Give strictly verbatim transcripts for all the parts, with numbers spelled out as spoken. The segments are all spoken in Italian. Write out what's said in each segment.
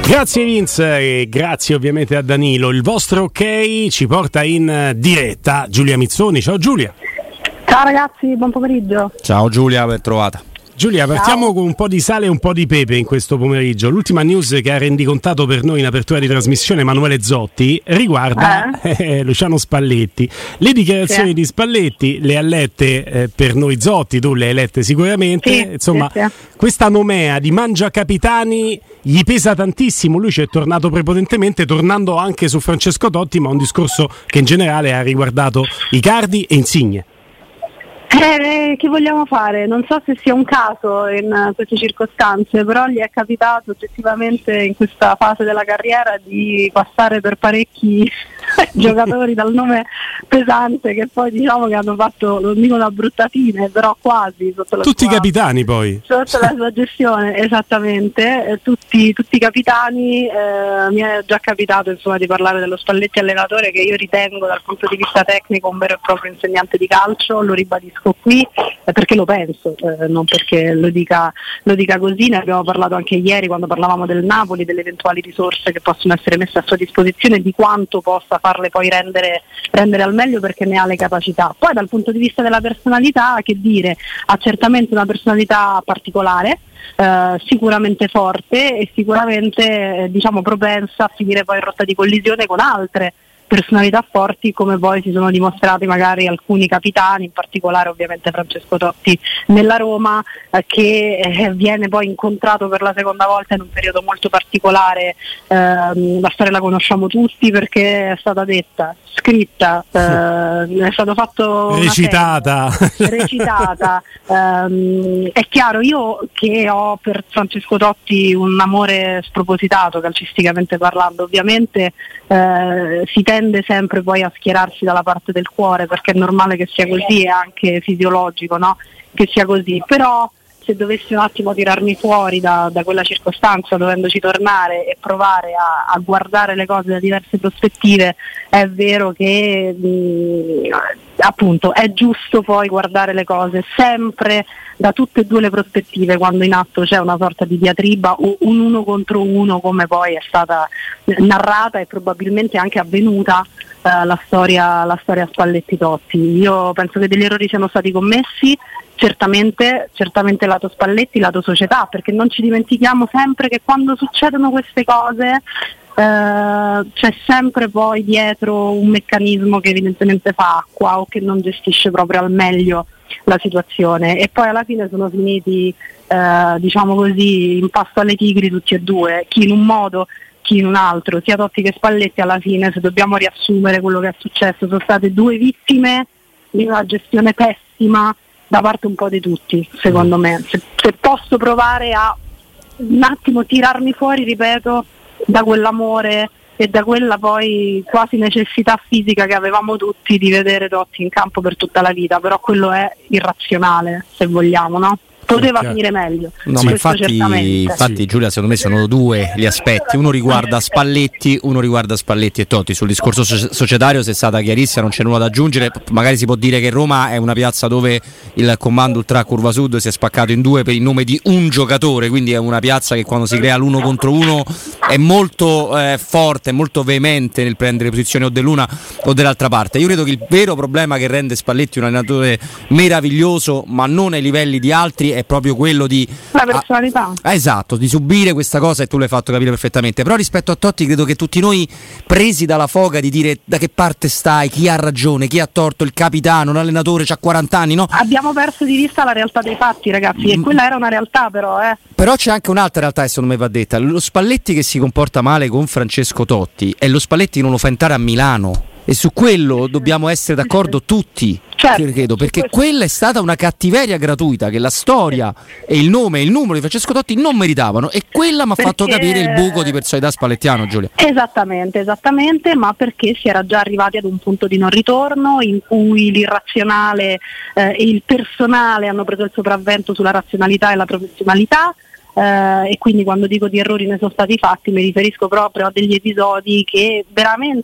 Grazie Vince e grazie ovviamente a Danilo. Il vostro ok ci porta in diretta Giulia Mizzoni. Ciao Giulia. Ciao ragazzi, buon pomeriggio. Ciao Giulia, ben trovata. Giulia, partiamo Ciao. con un po' di sale e un po' di pepe in questo pomeriggio. L'ultima news che ha rendicontato per noi in apertura di trasmissione Emanuele Zotti riguarda eh? Eh, Luciano Spalletti. Le dichiarazioni sì. di Spalletti le ha lette eh, per noi Zotti, tu le hai lette sicuramente. Sì, Insomma, sì, sì. questa nomea di mangiacapitani gli pesa tantissimo. Lui ci è tornato prepotentemente, tornando anche su Francesco Totti, ma un discorso che in generale ha riguardato Icardi e Insigne. Eh, che vogliamo fare? Non so se sia un caso in queste circostanze, però gli è capitato oggettivamente in questa fase della carriera di passare per parecchi giocatori dal nome pesante che poi diciamo che hanno fatto, non dico una brutta fine, però quasi sotto la tutti sua, i capitani poi sotto la sua gestione, esattamente, eh, tutti, tutti i capitani. Eh, mi è già capitato insomma di parlare dello Spalletti allenatore, che io ritengo dal punto di vista tecnico un vero e proprio insegnante di calcio, lo ribadisco qui eh, perché lo penso, eh, non perché lo dica, lo dica così. Ne abbiamo parlato anche ieri quando parlavamo del Napoli, delle eventuali risorse che possono essere messe a sua disposizione e di quanto possa farle poi rendere, rendere al meglio, perché ne ha le capacità. Poi dal punto di vista della personalità, che dire, ha certamente una personalità particolare, eh, sicuramente forte e sicuramente eh, diciamo propensa a finire poi in rotta di collisione con altre personalità forti, come poi si sono dimostrati magari alcuni capitani, in particolare ovviamente Francesco Totti nella Roma, eh, che eh, viene poi incontrato per la seconda volta in un periodo molto particolare. Eh, la storia la conosciamo tutti perché è stata detta, scritta, eh, è stato fatto recitata serie, recitata. Eh, è chiaro, io che ho per Francesco Totti un amore spropositato calcisticamente parlando, ovviamente eh, si tende sempre poi a schierarsi dalla parte del cuore, perché è normale che sia così, è anche fisiologico, no? Che sia così, però se dovessi un attimo tirarmi fuori da, da quella circostanza, dovendoci tornare e provare a, a guardare le cose da diverse prospettive, è vero che mh, appunto è giusto poi guardare le cose sempre da tutte e due le prospettive quando in atto c'è una sorta di diatriba o un uno contro uno, come poi è stata narrata e probabilmente anche avvenuta eh, la storia la storia Spalletti-Totti. Io penso che degli errori siano stati commessi, certamente, certamente lato Spalletti, lato società, perché non ci dimentichiamo sempre che quando succedono queste cose Uh, c'è sempre poi dietro un meccanismo che evidentemente fa acqua o che non gestisce proprio al meglio la situazione, e poi alla fine sono finiti uh, diciamo così in pasto alle tigri tutti e due, chi in un modo, chi in un altro, sia Totti che Spalletti. Alla fine, se dobbiamo riassumere quello che è successo, sono state due vittime di una gestione pessima da parte un po' di tutti, secondo me. Se, se posso provare a un attimo tirarmi fuori, ripeto, da quell'amore e da quella poi quasi necessità fisica che avevamo tutti di vedere Totti in campo per tutta la vita, però quello è irrazionale, se vogliamo, no? Poteva finire meglio. No, ma infatti, infatti Giulia, secondo me sono due gli aspetti. Uno riguarda Spalletti, uno riguarda Spalletti e Totti. Sul discorso societario sei stata chiarissima, non c'è nulla da aggiungere. Magari si può dire che Roma è una piazza dove il comando Ultra Curva Sud si è spaccato in due per il nome di un giocatore, quindi è una piazza che quando si crea l'uno contro uno è molto eh, forte, molto veemente nel prendere posizione o dell'una o dell'altra parte. Io credo che il vero problema che rende Spalletti un allenatore meraviglioso, ma non ai livelli di altri, è proprio quello di la personalità. Ah, esatto, di subire questa cosa, e tu l'hai fatto capire perfettamente. Però rispetto a Totti credo che tutti noi, presi dalla foga di dire da che parte stai, chi ha ragione, chi ha torto, il capitano, l'allenatore, c'ha quaranta anni, no? Abbiamo perso di vista la realtà dei fatti, ragazzi, mm. e quella era una realtà, però eh. Però c'è anche un'altra realtà che secondo me va detta. Lo Spalletti che si comporta male con Francesco Totti è lo Spalletti che non lo fa entrare a Milano, e su quello dobbiamo essere d'accordo tutti. Certo, credo, perché quella è stata una cattiveria gratuita che la storia e il nome e il numero di Francesco Totti non meritavano, e quella mi ha fatto capire il buco di personalità spallettiano, Giulia. Esattamente, esattamente, ma perché si era già arrivati ad un punto di non ritorno in cui l'irrazionale eh, e il personale hanno preso il sopravvento sulla razionalità e la professionalità. Uh, e quindi quando dico di errori ne sono stati fatti mi riferisco proprio a degli episodi che veramente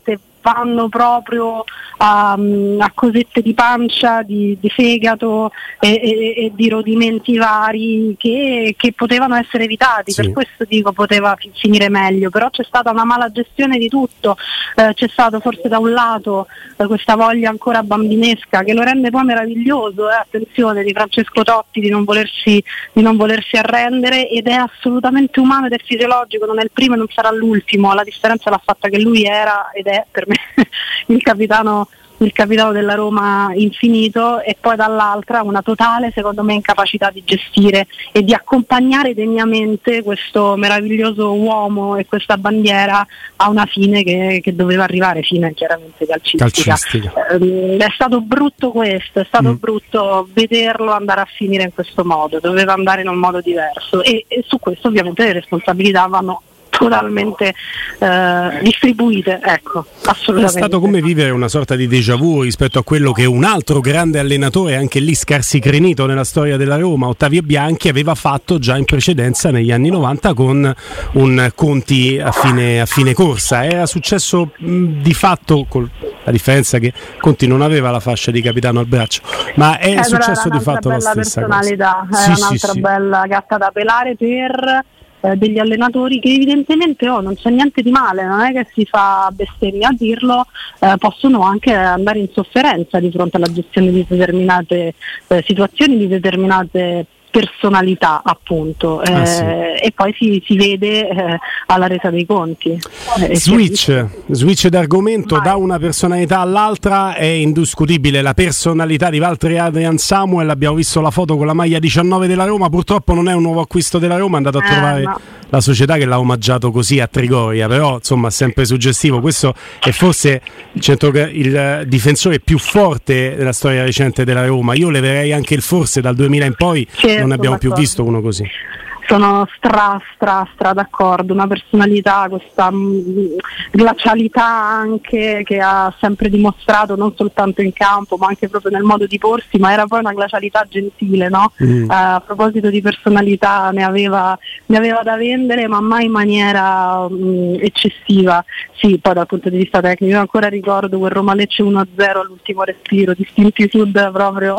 vanno proprio a, a cosette di pancia, di, di fegato e, e, e di rodimenti vari che, che potevano essere evitati, sì. Per questo dico poteva finire meglio, però c'è stata una mala gestione di tutto, eh, c'è stato forse da un lato eh, questa voglia ancora bambinesca che lo rende poi meraviglioso, eh, attenzione, di Francesco Totti di non volersi di non volersi arrendere, ed è assolutamente umano ed è fisiologico, non è il primo e non sarà l'ultimo, la differenza l'ha fatta che lui era ed è per me il capitano il capitano della Roma infinito, e poi dall'altra una totale, secondo me, incapacità di gestire e di accompagnare degnamente questo meraviglioso uomo e questa bandiera a una fine che, che doveva arrivare, fine chiaramente calcistica. calcistica. Eh, è stato brutto questo, è stato mm. brutto vederlo andare a finire in questo modo, doveva andare in un modo diverso e, e su questo ovviamente le responsabilità vanno totalmente eh, distribuite, ecco, assolutamente. È stato come vivere una sorta di déjà vu rispetto a quello che un altro grande allenatore, anche lì scarsicrenito nella storia della Roma, Ottavio Bianchi, aveva fatto già in precedenza negli anni novanta con un Conti a fine, a fine corsa. Era successo mh, di fatto, con la differenza che Conti non aveva la fascia di capitano al braccio, ma è eh, successo di fatto la stessa personalità, cosa. Era sì, un'altra sì, bella sì. gatta da pelare per degli allenatori che evidentemente oh, non c'è niente di male, non è che si fa bestemmia a dirlo, eh, possono anche andare in sofferenza di fronte alla gestione di determinate eh, situazioni, di determinate personalità, appunto, eh, ah, sì. E poi si, si vede eh, alla resa dei conti. Eh, switch, switch d'argomento. Vai. Da una personalità all'altra è indiscutibile la personalità di Valtteri Adrian Samuel. Abbiamo visto la foto con la maglia diciannove della Roma, purtroppo non è un nuovo acquisto della Roma, è andato a eh, trovare no. la società che l'ha omaggiato così a Trigoria, però insomma sempre suggestivo. Questo è forse il, centro, il difensore più forte della storia recente della Roma. Io leverei anche il forse, dal duemila in poi certo, non abbiamo più visto uno così. Sono stra stra stra d'accordo, una personalità, questa mh, glacialità anche che ha sempre dimostrato non soltanto in campo ma anche proprio nel modo di porsi, ma era poi una glacialità gentile, no? Mm. Uh, a proposito di personalità ne aveva, ne aveva da vendere, ma mai in maniera mh, eccessiva. Sì, poi dal punto di vista tecnico io ancora ricordo quel Roma Lecce uno a zero all'ultimo respiro, distinti Sud proprio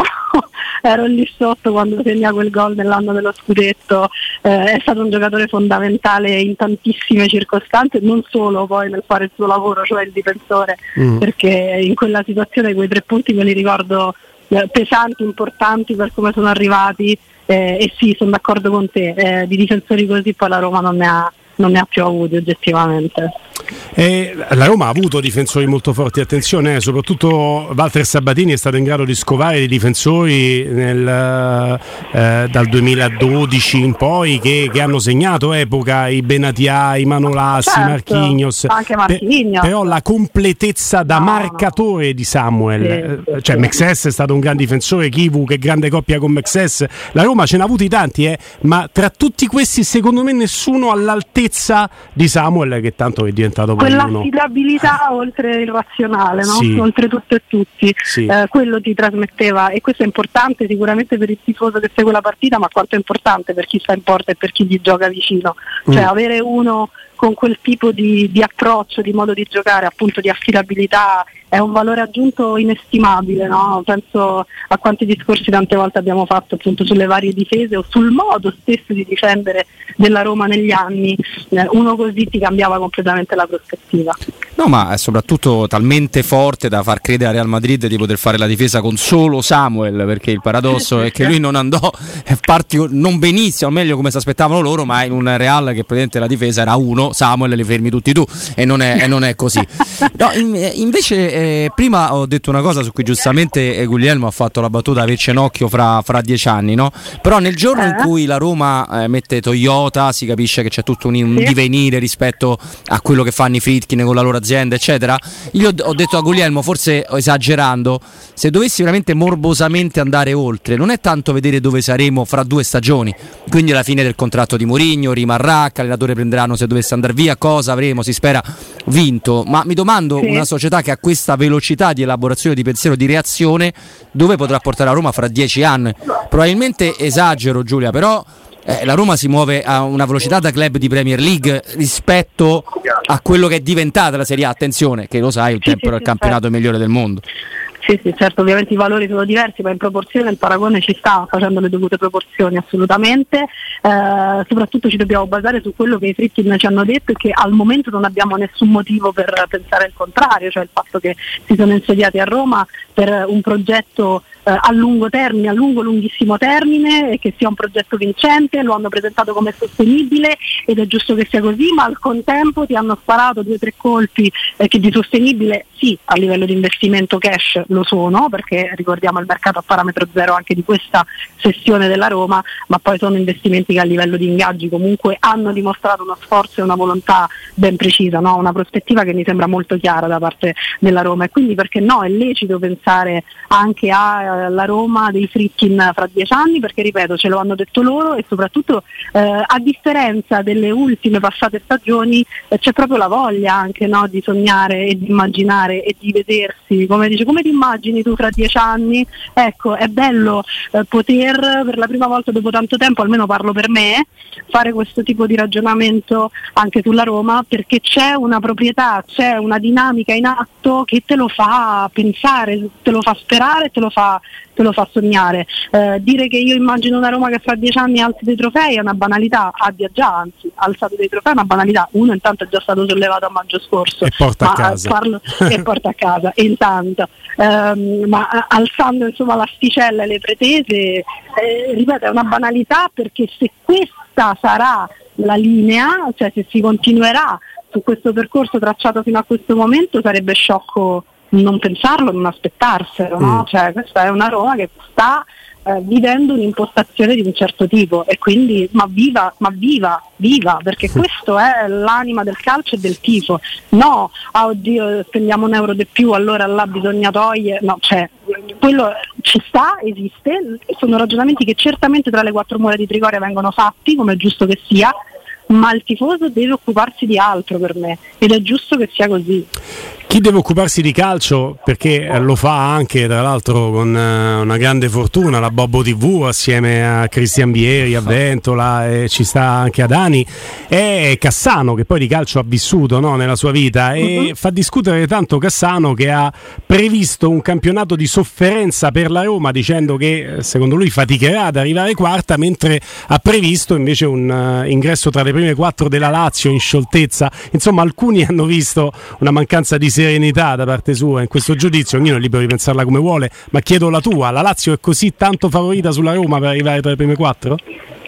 ero lì sotto quando segna quel gol nell'anno dello scudetto. Eh, è stato un giocatore fondamentale in tantissime circostanze, non solo poi nel fare il suo lavoro, cioè il difensore, mm. perché in quella situazione quei tre punti me li ricordo eh, pesanti, importanti per come sono arrivati, eh, e sì, sono d'accordo con te, eh, di difensori così poi la Roma non ne ha non ne ha più avuti oggettivamente. Eh, la Roma ha avuto difensori molto forti, attenzione, eh, soprattutto Walter Sabatini è stato in grado di scovare dei difensori nel, eh, dal duemiladodici in poi che, che hanno segnato epoca, i Benatia, i Manolassi, certo, Marquinhos, anche Marquinhos. Pe- però la completezza da no, marcatore no. di Samuel, sì, eh, cioè sì. Mexes è stato un gran difensore, Kivu che grande coppia con Mexes, la Roma ce n'ha avuti tanti, eh, ma tra tutti questi secondo me nessuno all'altezza di Samuel, che tanto è diventato poi uno. Quell'affidabilità oltre il razionale, no? Sì. Oltre tutto e tutti, sì. eh, quello ti trasmetteva, e questo è importante sicuramente per il tifoso che segue la partita, ma quanto è importante per chi sta in porta e per chi gli gioca vicino, cioè mm. avere uno con quel tipo di, di approccio, di modo di giocare, appunto di affidabilità, è un valore aggiunto inestimabile, no? Penso a quanti discorsi tante volte abbiamo fatto appunto sulle varie difese o sul modo stesso di difendere della Roma negli anni, eh, uno così ti cambiava completamente la prospettiva. No, ma è soprattutto talmente forte da far credere a Real Madrid di poter fare la difesa con solo Samuel, perché il paradosso è che lui non andò parti non benissimo, o meglio come si aspettavano loro, ma in un Real che praticamente la difesa era uno, Samuel li fermi tutti tu, e non è, e non è così. No, in, invece eh, prima ho detto una cosa su cui giustamente eh, Guglielmo ha fatto la battuta averci un occhio fra, fra dieci anni, no? Però nel giorno eh? in cui la Roma eh, mette Toyota si capisce che c'è tutto un, un divenire rispetto a quello che fanno i Friedkin con la loro azienda eccetera. Io ho detto a Guglielmo, forse esagerando, se dovessi veramente morbosamente andare oltre, non è tanto vedere dove saremo fra due stagioni, quindi alla fine del contratto di Mourinho rimarrà, che allenatore prenderanno se dovesse andare via, cosa avremo, si spera, vinto, ma mi domando sì. una società che ha questa velocità di elaborazione di pensiero, di reazione, dove potrà portare la Roma fra dieci anni? Probabilmente esagero, Giulia, però eh, la Roma si muove a una velocità da club di Premier League rispetto a quello che è diventata la Serie A, attenzione, che lo sai, un sì, tempo sì, era il sì, campionato certo. migliore del mondo. Sì, sì, certo, ovviamente i valori sono diversi, ma in proporzione il paragone ci sta facendo le dovute proporzioni, assolutamente. Eh, soprattutto ci dobbiamo basare su quello che i Friedkin ci hanno detto e che al momento non abbiamo nessun motivo per pensare il contrario, cioè il fatto che si sono insediati a Roma per un progetto eh, a lungo termine, a lungo lunghissimo termine, e che sia un progetto vincente, lo hanno presentato come sostenibile ed è giusto che sia così, ma al contempo ti hanno sparato due o tre colpi eh, che di sostenibile sì, a livello di investimento cash lo sono, perché ricordiamo il mercato a parametro zero anche di questa sessione della Roma, ma poi sono investimenti che a livello di ingaggi comunque hanno dimostrato uno sforzo e una volontà ben precisa, no? Una prospettiva che mi sembra molto chiara da parte della Roma, e quindi perché no, è lecito pensare anche alla Roma dei Friedkin fra dieci anni, perché ripeto, ce lo hanno detto loro, e soprattutto eh, a differenza delle ultime passate stagioni eh, c'è proprio la voglia anche, no, di sognare e di immaginare e di vedersi, come dice, come ti immagini tu fra dieci anni? Ecco, è bello eh, poter per la prima volta dopo tanto tempo, almeno parlo per me, fare questo tipo di ragionamento anche sulla Roma, perché c'è una proprietà, c'è una dinamica in atto che te lo fa pensare, te lo fa sperare, te lo fa, te lo fa sognare. Eh, dire che io immagino una Roma che fra dieci anni alzi dei trofei è una banalità, abbia già anzi alzato dei trofei è una banalità, uno intanto è già stato sollevato a maggio scorso e porta ma, a casa parlo, e porta a casa e intanto ehm, ma alzando insomma l'asticella e le pretese, eh, ripeto, è una banalità, perché se questa sarà la linea, cioè se si continuerà su questo percorso tracciato fino a questo momento, sarebbe sciocco non pensarlo, non aspettarselo, no? Mm. Cioè questa è una Roma che sta eh, vivendo un'impostazione di un certo tipo, e quindi ma viva, ma viva, viva, perché questo è l'anima del calcio e del tifo. No, ah oddio, spendiamo un euro di più, allora là bisogna togliere, no, cioè quello ci sta, esiste, sono ragionamenti che certamente tra le quattro mura di Trigoria vengono fatti, come è giusto che sia, ma il tifoso deve occuparsi di altro per me, ed è giusto che sia così. Chi deve occuparsi di calcio, perché lo fa anche tra l'altro con una grande fortuna, la Bobbo tivù assieme a Cristian Bieri, a Ventola, e ci sta anche Adani, è Cassano, che poi di calcio ha vissuto, no, nella sua vita, e uh-huh. fa discutere tanto Cassano, che ha previsto un campionato di sofferenza per la Roma, dicendo che secondo lui faticherà ad arrivare quarta, mentre ha previsto invece un uh, ingresso tra le prime quattro della Lazio in scioltezza. Insomma, alcuni hanno visto una mancanza di serenità da parte sua in questo giudizio, ognuno è libero di pensarla come vuole, ma chiedo la tua: la Lazio è così tanto favorita sulla Roma per arrivare tra le prime quattro?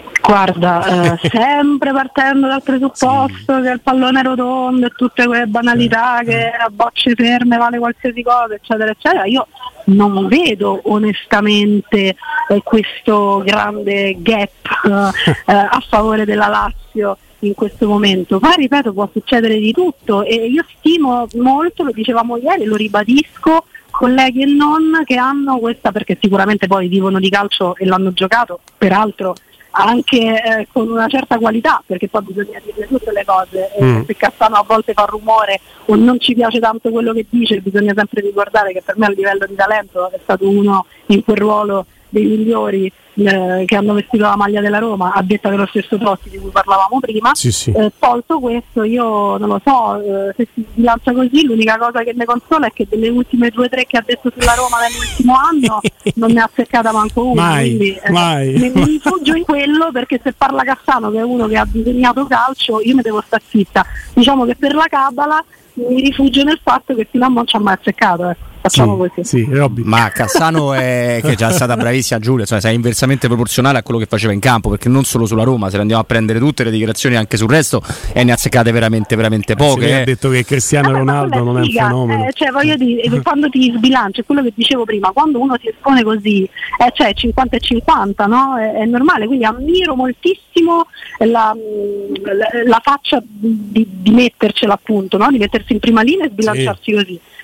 Guarda, eh, sempre partendo dal presupposto sì. che il pallone è rotondo e tutte quelle banalità, sì. che a bocce ferme vale qualsiasi cosa, eccetera eccetera, io non vedo onestamente eh, questo grande gap eh, a favore della Lazio in questo momento. Poi ripeto, può succedere di tutto, e io stimo molto, lo dicevamo ieri, lo ribadisco, colleghi e non, che hanno questa, perché sicuramente poi vivono di calcio e l'hanno giocato, peraltro anche eh, con una certa qualità, perché poi bisogna dire tutte le cose, mm. e se Cassano a volte fa rumore o non ci piace tanto quello che dice, bisogna sempre ricordare che per me a livello di talento è stato uno in quel ruolo dei migliori eh, che hanno vestito la maglia della Roma, a detta dello stesso Totti di cui parlavamo prima. Sì, sì. Eh, tolto questo, io non lo so, eh, se si bilancia così, l'unica cosa che mi consola è che delle ultime due o tre che ha detto sulla Roma nell'ultimo anno non ne ha azzeccata manco uno, mai, quindi eh, mai. mi, mi rifugio in quello, perché se parla Cassano, che è uno che ha disegnato calcio, io mi devo star zitta. Diciamo che per la cabala mi rifugio nel fatto che fino a non ci ha mai azzeccato, eh. Facciamo sì, così. Sì, ma Cassano è che è già stata bravissima, Giulia, cioè sei inversamente proporzionale a quello che faceva in campo, perché non solo sulla Roma, se ne andiamo a prendere tutte le dichiarazioni anche sul resto, e ne ha azzeccate veramente veramente poche. Sì, eh. ha detto che Cristiano Ronaldo non è un fenomeno. Eh, cioè voglio dire, quando ti sbilanci, è quello che dicevo prima, quando uno si espone così, eh, cioè cinquanta e cinquanta, no? È, è normale, quindi ammiro moltissimo la, la, la faccia di, di mettercela appunto, no? Di mettersi in prima linea e sbilanciarsi sì. così.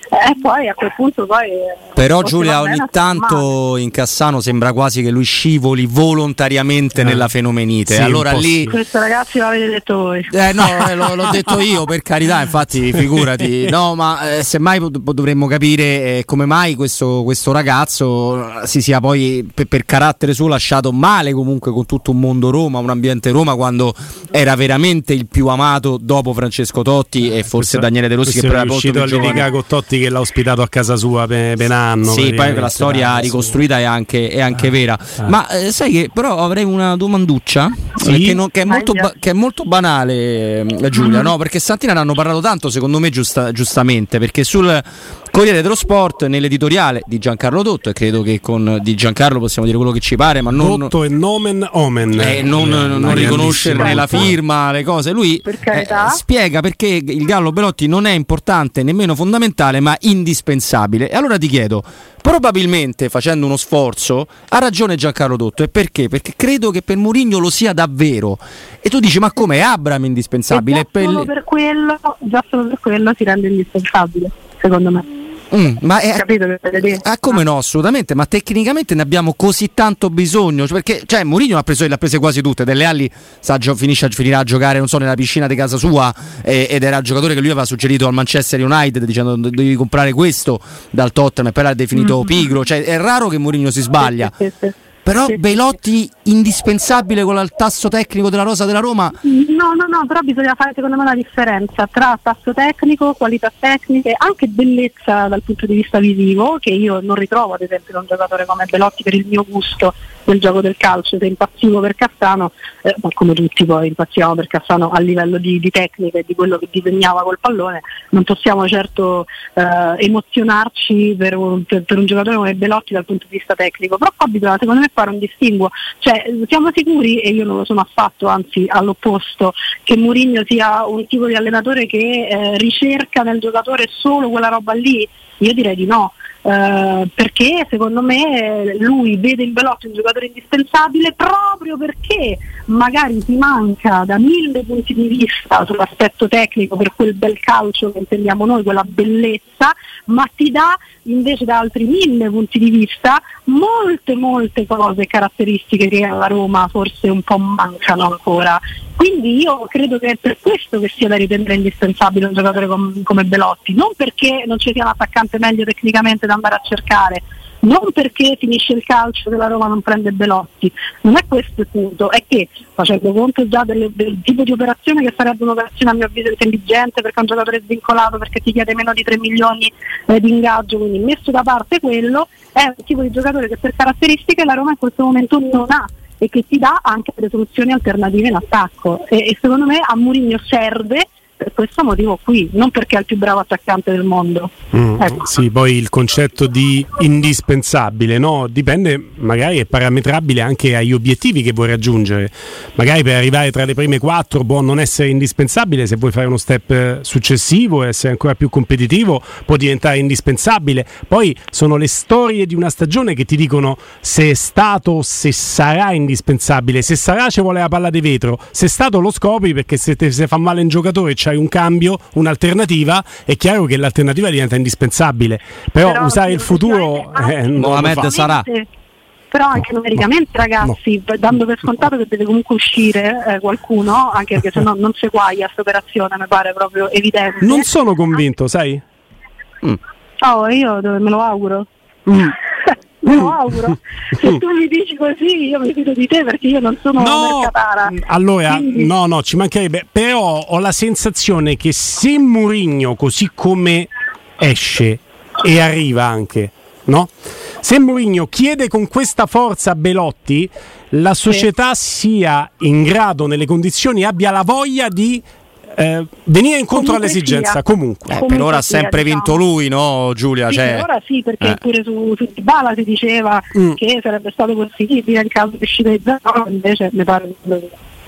e poi a quel punto poi però Giulia ogni tanto in Cassano sembra quasi che lui scivoli volontariamente eh. nella fenomenite, sì, allora lì questo ragazzi l'avete detto voi eh, no eh, l'ho, l'ho detto io, per carità, infatti figurati, no, ma eh, semmai dovremmo capire eh, come mai questo, questo ragazzo si sia poi per, per carattere suo lasciato male comunque con tutto un mondo Roma, un ambiente Roma, quando era veramente il più amato dopo Francesco Totti e forse questo, Daniele De Rossi, che però era riuscito a litigare con Totti che l'ha ospitato a casa sua per, per un anno. Sì, poi la storia ricostruita è anche, è anche ah, vera ah. Ma eh, sai che però avrei una domanduccia sì? che, non, che, è molto ba- che è molto banale, eh, Giulia, mm-hmm. no? Perché stamattina ne hanno parlato tanto, secondo me giusta, giustamente, perché sul Corriere dello Sport, nell'editoriale di Giancarlo Dotto, e credo che con di Giancarlo possiamo dire quello che ci pare, ma non Dotto e nomen omen, eh, non, eh, non riconoscerne la firma, le cose, lui eh, spiega perché il Gallo Belotti non è importante, nemmeno fondamentale, ma indispensabile. E allora ti chiedo, probabilmente facendo uno sforzo ha ragione Giancarlo Dotto, e perché? Perché credo che per Mourinho lo sia davvero. E tu dici, ma come, Abraham indispensabile? E già solo per quello, già solo per quello si rende indispensabile, secondo me. Mm, ma è, capito che per dire? Ah, come no, assolutamente, ma tecnicamente ne abbiamo così tanto bisogno, cioè, perché cioè Mourinho l'ha preso, l'ha prese quasi tutte. Delle Alli sa, finisce, finirà a giocare, non so, nella piscina di casa sua, eh, ed era il giocatore che lui aveva suggerito al Manchester United dicendo devi comprare questo dal Tottenham, e poi l'ha definito mm-hmm. pigro, cioè è raro che Mourinho si sbaglia. Sì, sì, sì. Però sì, Belotti indispensabile con il tasso tecnico della rosa della Roma? No, no, no, però bisogna fare secondo me una differenza tra tasso tecnico, qualità tecniche, anche bellezza dal punto di vista visivo, che io non ritrovo ad esempio in un giocatore come Belotti per il mio gusto del gioco del calcio. Se impazzivo per Cassano, eh, ma come tutti poi impazzivamo per Cassano a livello di, di tecnica e di quello che disegnava col pallone, non possiamo certo eh, emozionarci per un, per, per un giocatore come Belotti dal punto di vista tecnico, però qua bisogna secondo me fare un distinguo, cioè siamo sicuri, e io non lo sono affatto, anzi all'opposto, che Mourinho sia un tipo di allenatore che eh, ricerca nel giocatore solo quella roba lì? Io direi di no. Uh, perché secondo me lui vede il Belotti un giocatore indispensabile proprio perché magari ti manca da mille punti di vista sull'aspetto tecnico per quel bel calcio che intendiamo noi, quella bellezza, ma ti dà invece da altri mille punti di vista molte molte cose, caratteristiche che alla Roma forse un po' mancano ancora. Quindi io credo che è per questo che sia da ritenere indispensabile un giocatore com- come Belotti, non perché non ci sia un attaccante meglio tecnicamente da andare a cercare, non perché finisce il calcio che la Roma non prende Belotti, non è questo il punto, è che facendo conto già delle, del tipo di operazione che sarebbe un'operazione a mio avviso intelligente, perché è un giocatore svincolato, perché ti chiede meno di tre milioni eh, di ingaggio, quindi messo da parte quello, è un tipo di giocatore che per caratteristiche la Roma in questo momento non ha e che ti dà anche delle soluzioni alternative in attacco, e, e secondo me a Mourinho serve per questo motivo qui, non perché è il più bravo attaccante del mondo. Mm, ecco. Sì, poi il concetto di indispensabile, no? Dipende, magari è parametrabile anche agli obiettivi che vuoi raggiungere. Magari per arrivare tra le prime quattro può non essere indispensabile, se vuoi fare uno step successivo e essere ancora più competitivo può diventare indispensabile. Poi sono le storie di una stagione che ti dicono se è stato, se sarà indispensabile. Se sarà ci vuole la palla di vetro, se è stato lo scopri, perché se ti se fa male un giocatore c'hai un cambio, un'alternativa, è chiaro che l'alternativa diventa indispensabile, però, però usare il futuro eh, Mohamed sarà. Però anche no, numericamente no, ragazzi, no. dando per scontato che deve comunque uscire eh, qualcuno, anche perché se no non si guaglia questa operazione, mi pare proprio evidente. Non sono convinto, sai? Mm. Oh, io me lo auguro. Mm. Me lo auguro. Se tu mi dici così io mi fido di te, perché io non sono no, mercatara. Allora, quindi... no, no, ci mancherebbe. Però ho la sensazione che se Mourinho così come esce e arriva anche, no? Se Mourinho chiede con questa forza a Belotti, la società sì. sia in grado, nelle condizioni, abbia la voglia di Eh, venire incontro comunque all'esigenza sia. comunque, eh, comunque per ora ha sempre sia, vinto diciamo. lui, no Giulia? Sì, cioè... per ora sì, perché eh. pure su, su Dybala si diceva mm. che sarebbe stato possibile in caso di uscita di zero, invece mi pare che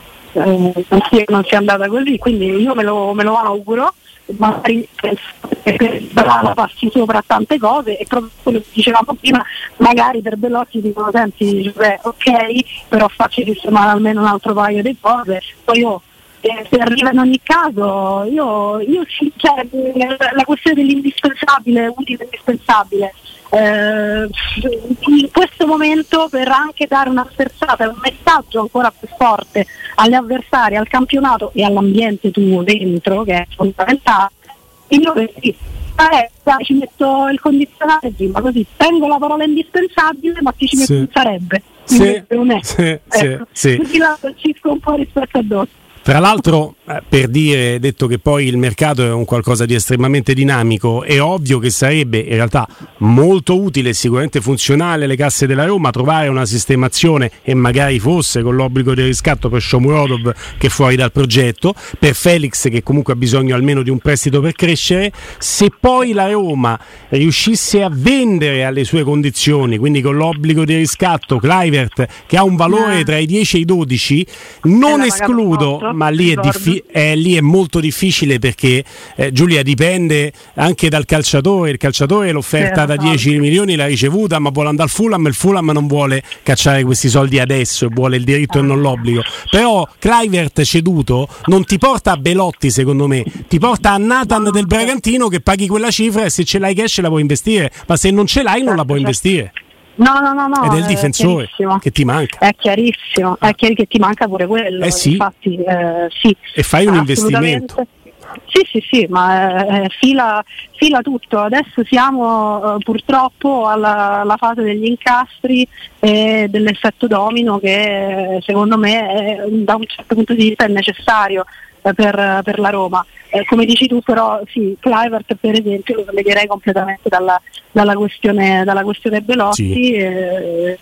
eh, non, sia, non sia andata così, quindi io me lo, me lo auguro, magari per Dybala passi sopra tante cose, e proprio quello che dicevamo prima, magari per Belotti dicono senti, cioè, ok, però facci sistemare almeno un altro paio di cose, poi io eh, se arriva in ogni caso, io, io cioè, la questione dell'indispensabile, utile e indispensabile, eh, in questo momento per anche dare una sferzata, un messaggio ancora più forte agli avversari, al campionato e all'ambiente tuo dentro, che è fondamentale, io sì, eh, ci metto il condizionale prima, così tengo la parola indispensabile, ma chi ci sì. mette sarebbe. Sì, non è. sì, Ecco, sì, quindi la cisco un po' rispetto addosso. Tra l'altro, eh, per dire, detto che poi il mercato è un qualcosa di estremamente dinamico, è ovvio che sarebbe in realtà molto utile e sicuramente funzionale alle casse della Roma trovare una sistemazione, e magari fosse con l'obbligo del riscatto per Shomurodov che è fuori dal progetto, per Felix che comunque ha bisogno almeno di un prestito per crescere. Se poi la Roma riuscisse a vendere alle sue condizioni, quindi con l'obbligo di riscatto, Kluivert che ha un valore tra i dieci e i dodici, non escludo, ma lì è, diffi- eh, lì è molto difficile perché eh, Giulia, dipende anche dal calciatore. Il calciatore l'offerta da dieci milioni l'ha ricevuta, ma vuole andare al Fulham, il Fulham non vuole cacciare questi soldi adesso, vuole il diritto e non l'obbligo. Però Kluivert ceduto non ti porta a Belotti, secondo me, ti porta a Nathan del Bragantino che paghi quella cifra e se ce l'hai cash la puoi investire, ma se non ce l'hai non la puoi investire. No, no, no, no. Ed è il difensore è che ti manca. È chiarissimo, è chiaro che ti manca pure quello. Eh sì. Infatti, eh, sì. E fai un investimento. Sì, sì, sì, ma eh, fila, fila tutto. Adesso siamo eh, purtroppo alla, alla fase degli incastri e dell'effetto domino che secondo me è, da un certo punto di vista è necessario eh, per, per la Roma. Eh, come dici tu però, sì, Kluivert per esempio lo toglierei completamente dalla, dalla questione dalla questione Belotti, sì. eh,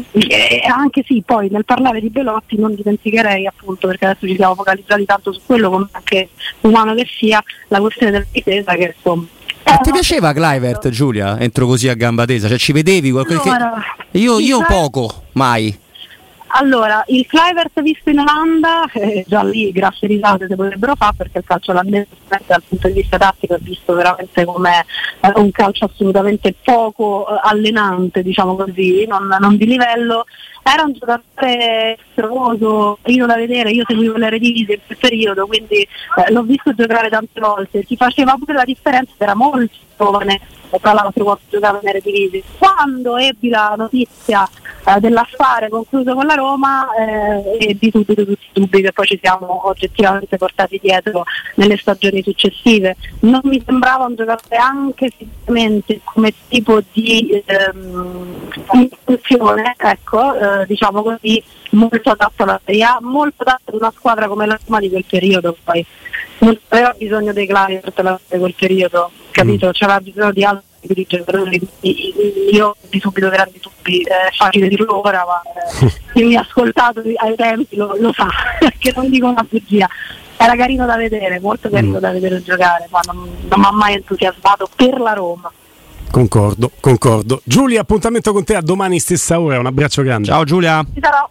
e anche sì, poi nel parlare di Belotti non dimenticherei, appunto, perché adesso ci siamo focalizzati tanto su quello, come anche umano che sia, la questione della difesa che insomma. Ma ti piaceva Kluivert, Giulia? Entro così a gamba tesa, cioè ci vedevi qualcosa? Allora, che... io, io poco, mai. Allora, il Kluivert visto in Olanda, eh, già lì grasse risate si potrebbero fare, perché il calcio olandese dal punto di vista tattico è visto veramente come eh, un calcio assolutamente poco eh, allenante, diciamo così, non, non di livello. Era un giocatore estroso, io da vedere, io seguivo le Eredivisie in quel periodo, quindi eh, l'ho visto giocare tante volte, si faceva pure la differenza, era molto giovane, tra l'altro quando giocava in Eredivisie. Quando ebbi la notizia eh, dell'affare concluso con la Roma, eh, ebbi subito tutti i dubbi che poi ci siamo oggettivamente portati dietro nelle stagioni successive. Non mi sembrava un giocatore anche sicuramente come tipo di ehm, funzione, ecco, eh, diciamo così, molto adatto alla Serie A, molto adatto ad una squadra come la Roma di quel periodo. Poi non aveva bisogno dei Kluivert di quel periodo, capito? Mm. C'era bisogno di altri giocatori. Io ho di subito grandi dubbi, è facile dirlo ora, ma eh, chi mi ha ascoltato ai tempi lo, lo sa, perché non dico una bugia. Era carino da vedere, molto carino mm. da vedere giocare, ma non, non mi ha mai entusiasmato per la Roma. Concordo, concordo. Giulia, appuntamento con te a domani stessa ora, un abbraccio grande. Ciao Giulia. Ci sarò.